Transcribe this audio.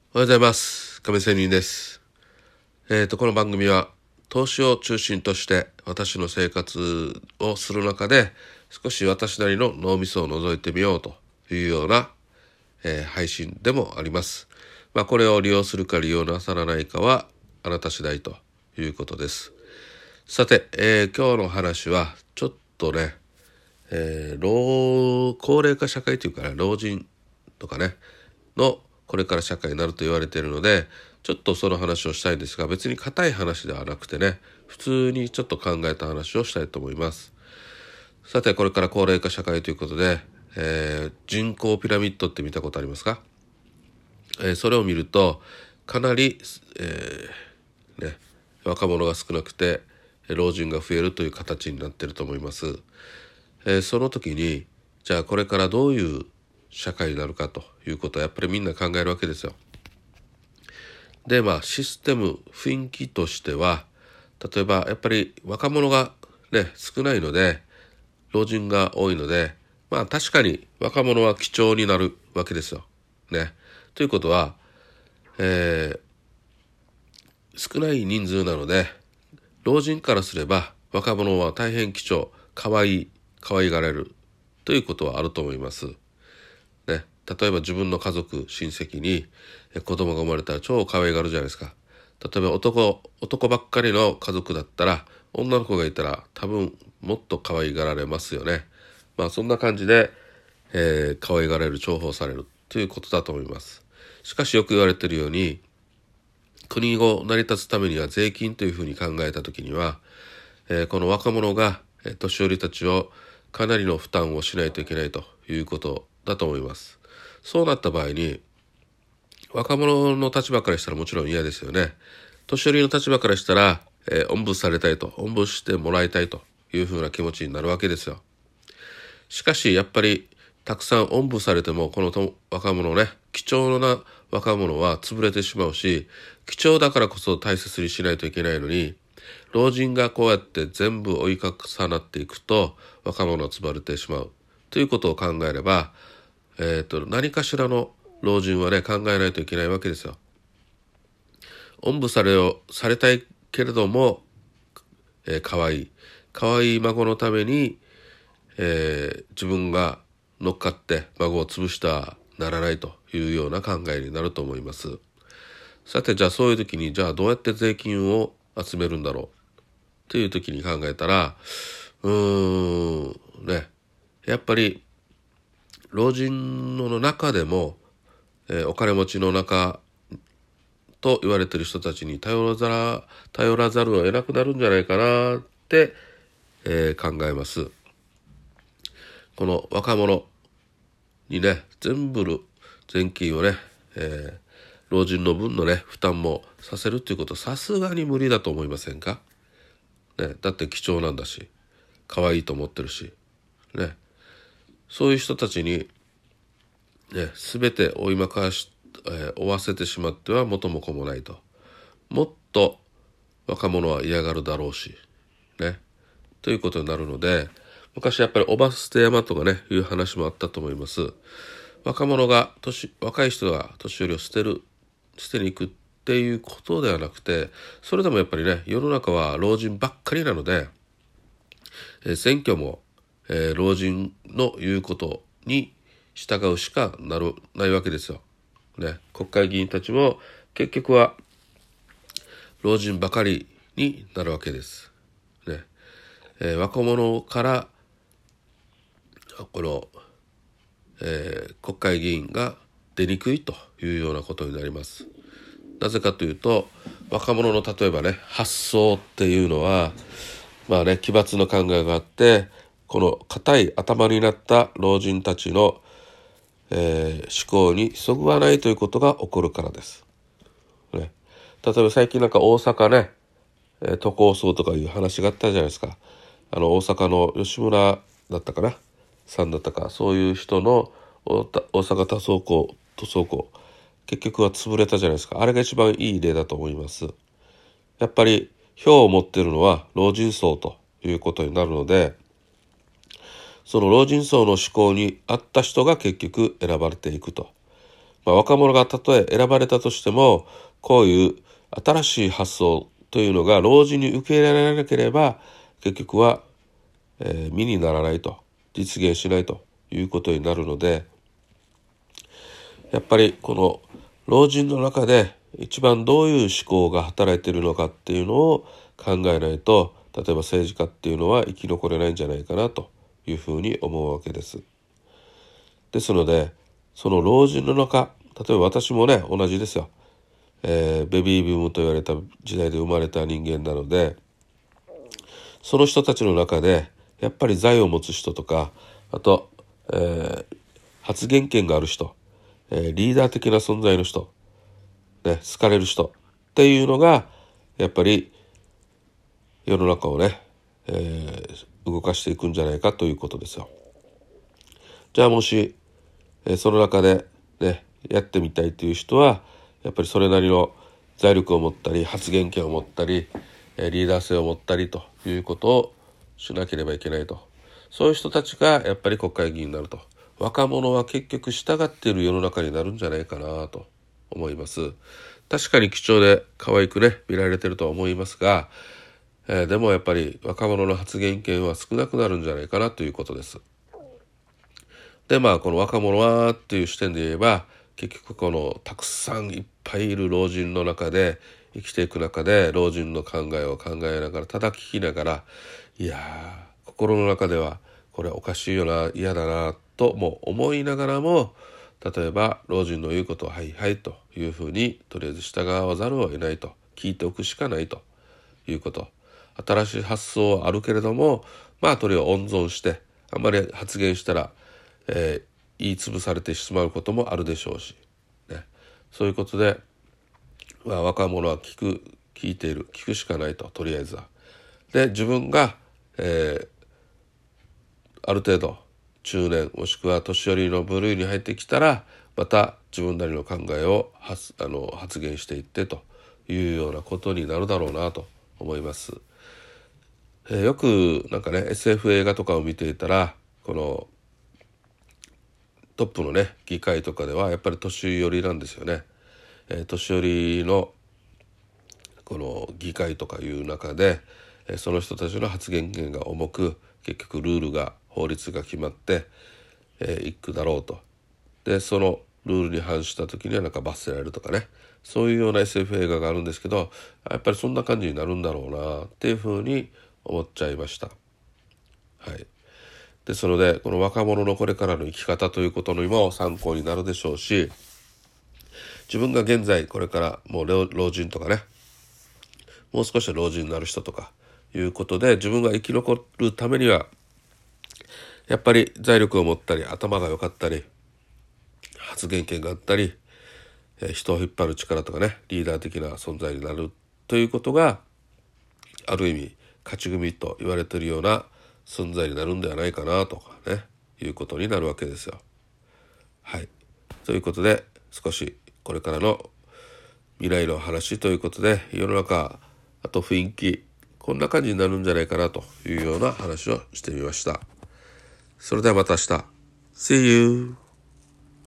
おはようございます。亀仙人です。この番組は投資を中心として私の生活をする中で少し私なりの脳みそを覗いてみようというような、配信でもあります。これを利用するか利用なさらないかはあなた次第ということです。さて、今日の話はちょっとね、高齢化社会というかね、老人とかねのこれから社会になると言われているので、ちょっとその話をしたいんですが、別に固い話ではなくてね、普通にちょっと考えた話をしたいと思います。さて、これから高齢化社会ということで、人口ピラミッドって見たことありますか？それを見るとかなり、若者が少なくて老人が増えるという形になっていると思います。その時にじゃあこれからどういう社会になるかということはやっぱりみんな考えるわけですよ。でシステム雰囲気としては、例えばやっぱり若者がね少ないので老人が多いので、確かに若者は貴重になるわけですよ。ね。ということは、少ない人数なので老人からすれば若者は大変貴重、可愛がられるということはあると思います。ね、例えば自分の家族親戚に子供が生まれたら超可愛がるじゃないですか。例えば男ばっかりの家族だったら女の子がいたら多分もっと可愛がられますよね。そんな感じで、可愛がられる、重宝されるということだと思います。しかしよく言われているように、国を成り立つためには税金というふうに考えたときには、この若者が年寄りたちをかなりの負担をしないといけないということだと思います。そうなった場合に若者の立場からしたらもちろん嫌ですよね。年寄りの立場からしたら、おんぶされたいと、おんぶしてもらいたいというふうな気持ちになるわけですよ。しかしやっぱりたくさんおんぶされてもこの若者ね、貴重な若者は潰れてしまうし、貴重だからこそ大切にしないといけないのに、老人がこうやって全部追い重なっていくと若者は潰れてしまうということを考えれば、何かしらの老人はね考えないといけないわけですよ。おんぶされたいけれども、可愛い孫のために、自分が乗っかって孫を潰してはならないというような考えになると思います。さて、じゃあそういう時にじゃあどうやって税金を集めるんだろうという時に考えたら、やっぱり老人の中でも、お金持ちの中と言われている人たちに頼らざるを得なくなるんじゃないかなって、考えます。この若者にね全部税金をね、老人の分のね負担もさせるっていうことさすがに無理だと思いませんか？ね、だって貴重なんだし可愛いと思ってるしね、そういう人たちにね全て追わせてしまっては元も子もないと。もっと若者は嫌がるだろうしね、ということになるので、昔やっぱりおば捨て山とかねいう話もあったと思います。若い人が年寄りを捨てに行くっていうことではなくて、それでもやっぱりね世の中は老人ばっかりなので、選挙も、老人の言うことに従うしかないわけですよ。ね、国会議員たちも結局は老人ばかりになるわけです。ね、若者からこの、国会議員が出にくいというようなことになります。なぜかというと、若者の例えばね発想っていうのは奇抜な考えがあって、この固い頭になった老人たちの、思考にそぐわないということが起こるからです。ね、例えば最近大阪ね、都構想とかいう話があったじゃないですか。大阪の吉村だったかなさんだったか、そういう人の大阪塗装工結局は潰れたじゃないですか。あれが一番いい例だと思います。やっぱり票を持っているのは老人層ということになるので、その老人層の思考に合った人が結局選ばれていくと。 若者がたとえ選ばれたとしても、こういう新しい発想というのが老人に受け入れられなければ、結局は、身にならないと、実現しないということになるので、やっぱりこの老人の中で一番どういう思考が働いているのかっていうのを考えないと、例えば政治家っていうのは生き残れないんじゃないかなというふうに思うわけです。ですので、その老人の中、例えば私もね、同じですよ。ベビーブームと言われた時代で生まれた人間なので、その人たちの中でやっぱり財を持つ人とか、あと、発言権がある人、リーダー的な存在の人、ね、好かれる人っていうのがやっぱり世の中をね、動かしていくんじゃないかということですよ。じゃあもし、その中でね、やってみたいという人はやっぱりそれなりの財力を持ったり、発言権を持ったり、リーダー性を持ったりということをしなければいけないと。そういう人たちがやっぱり国会議員になると。若者は結局従っている世の中になるんじゃないかなと思います。確かに貴重で可愛くね見られてるとは思いますが、でもやっぱり若者の発言権は少なくなるんじゃないかなということです。でこの若者はっていう視点で言えば、結局このたくさんいっぱいいる老人の中で生きていく中で、老人の考えを考えながら、ただ聞きながら、いやー心の中ではこれおかしいよな、嫌だなとも思いながらも、例えば老人の言うことをはいはいというふうにとりあえず従わざるを得ないと、聞いておくしかないということ。新しい発想はあるけれども、それを温存して、あんまり発言したら、言い潰されてしまうこともあるでしょうし、ね、そういうことで、若者は聞いている、聞くしかないと、とりあえずは。で自分が、ある程度中年もしくは年寄りの部類に入ってきたら、また自分なりの考えを発言していってというようなことになるだろうなと思います。よくなんかね SF 映画とかを見ていたら、このトップのね議会とかではやっぱり年寄りなんですよね。年寄りのこの議会とかいう中で、その人たちの発言権が重く、結局ルールが法律が決まっていくだろうと。でそのルールに反した時にはなんか罰せられるとかね、そういうような SF 映画があるんですけど、やっぱりそんな感じになるんだろうなっていうふうに思っちゃいました。はい。ですので、この若者のこれからの生き方ということにも参考になるでしょうし、自分が現在これからもう老人とかね、もう少し老人になる人とかいうことで、自分が生き残るためにはやっぱり財力を持ったり、頭が良かったり、発言権があったり、人を引っ張る力とかね、リーダー的な存在になるということが、ある意味勝ち組と言われているような存在になるんではないかなとかね、いうことになるわけですよ。はい。ということで、少しこれからの未来の話ということで、世の中、あと雰囲気、こんな感じになるんじゃないかなというような話をしてみました。それではまた明日。See you!